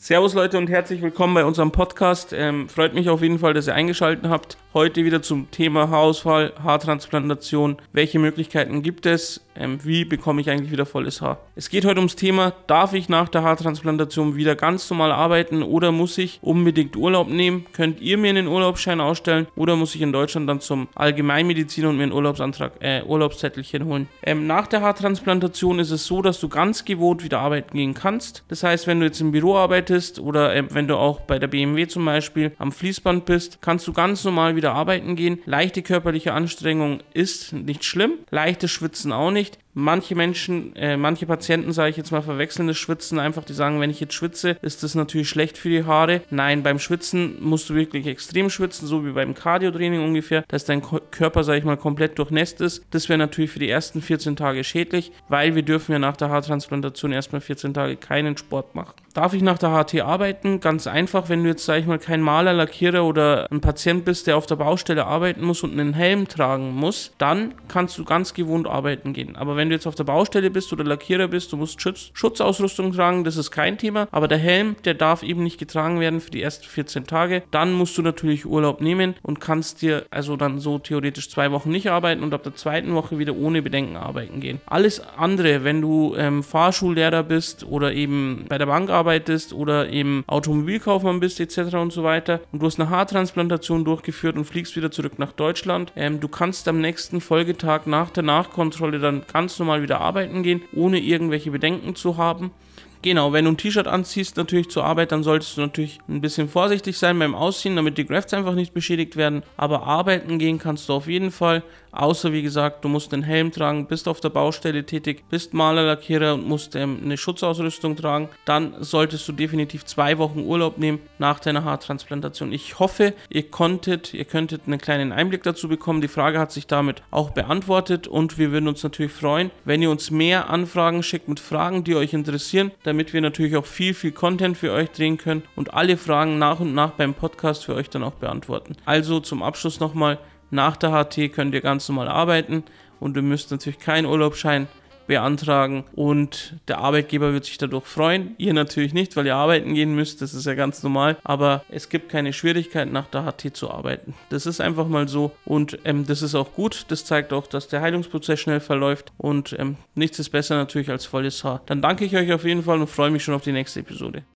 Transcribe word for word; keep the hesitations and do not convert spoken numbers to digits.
Servus Leute und herzlich willkommen bei unserem Podcast. Ähm, freut mich auf jeden Fall, dass ihr eingeschaltet habt. Heute wieder zum Thema Haarausfall, Haartransplantation. Welche Möglichkeiten gibt es? Ähm, wie bekomme ich eigentlich wieder volles Haar? Es geht heute ums Thema, darf ich nach der Haartransplantation wieder ganz normal arbeiten oder muss ich unbedingt Urlaub nehmen? Könnt ihr mir einen Urlaubsschein ausstellen oder muss ich in Deutschland dann zum Allgemeinmediziner und mir einen Urlaubsantrag, äh, Urlaubszettelchen holen? Ähm, nach der Haartransplantation ist es so, dass du ganz gewohnt wieder arbeiten gehen kannst. Das heißt, wenn du jetzt im Büro arbeitest oder äh, wenn du auch bei der B M W zum Beispiel am Fließband bist, kannst du ganz normal wieder arbeiten gehen. Leichte körperliche Anstrengung ist nicht schlimm, leichtes Schwitzen auch nicht. Manche Menschen, äh, manche Patienten, sage ich jetzt mal, verwechseln das Schwitzen einfach, die sagen, wenn ich jetzt schwitze, ist das natürlich schlecht für die Haare. Nein, beim Schwitzen musst du wirklich extrem schwitzen, so wie beim Cardio-Training ungefähr, dass dein Körper, sage ich mal, komplett durchnässt ist. Das wäre natürlich für die ersten vierzehn Tage schädlich, weil wir dürfen ja nach der Haartransplantation erstmal vierzehn Tage keinen Sport machen. Darf ich nach der H T arbeiten? Ganz einfach, wenn du jetzt, sage ich mal, kein Maler, Lackierer oder ein Patient bist, der auf der Baustelle arbeiten muss und einen Helm tragen muss, dann kannst du ganz gewohnt arbeiten gehen. Aber wenn Wenn du jetzt auf der Baustelle bist oder Lackierer bist, du musst Schutz, Schutzausrüstung tragen, das ist kein Thema, aber der Helm, der darf eben nicht getragen werden für die ersten vierzehn Tage. Dann musst du natürlich Urlaub nehmen und kannst dir also dann so theoretisch zwei Wochen nicht arbeiten und ab der zweiten Woche wieder ohne Bedenken arbeiten gehen. Alles andere, wenn du ähm, Fahrschullehrer bist oder eben bei der Bank arbeitest oder eben Automobilkaufmann bist et cetera und so weiter und du hast eine Haartransplantation durchgeführt und fliegst wieder zurück nach Deutschland, ähm, du kannst am nächsten Folgetag nach der Nachkontrolle dann ganz normal wieder arbeiten gehen, ohne irgendwelche Bedenken zu haben. Genau, wenn du ein T-Shirt anziehst natürlich zur Arbeit, dann solltest du natürlich ein bisschen vorsichtig sein beim Ausziehen, damit die Grafts einfach nicht beschädigt werden. Aber arbeiten gehen kannst du auf jeden Fall, außer wie gesagt, du musst den Helm tragen, bist auf der Baustelle tätig, bist Maler, Lackierer und musst ähm, eine Schutzausrüstung tragen. Dann solltest du definitiv zwei Wochen Urlaub nehmen nach deiner Haartransplantation. Ich hoffe, ihr konntet, ihr könntet einen kleinen Einblick dazu bekommen. Die Frage hat sich damit auch beantwortet und wir würden uns natürlich freuen, wenn ihr uns mehr Anfragen schickt mit Fragen, die euch interessieren, damit wir natürlich auch viel, viel Content für euch drehen können und alle Fragen nach und nach beim Podcast für euch dann auch beantworten. Also zum Abschluss nochmal, nach der H T könnt ihr ganz normal arbeiten und ihr müsst natürlich keinen Urlaubsschein beantragen und der Arbeitgeber wird sich dadurch freuen. Ihr natürlich nicht, weil ihr arbeiten gehen müsst, das ist ja ganz normal, aber es gibt keine Schwierigkeit nach der H T zu arbeiten. Das ist einfach mal so und ähm, das ist auch gut, das zeigt auch, dass der Heilungsprozess schnell verläuft und ähm, nichts ist besser natürlich als volles Haar. Dann danke ich euch auf jeden Fall und freue mich schon auf die nächste Episode.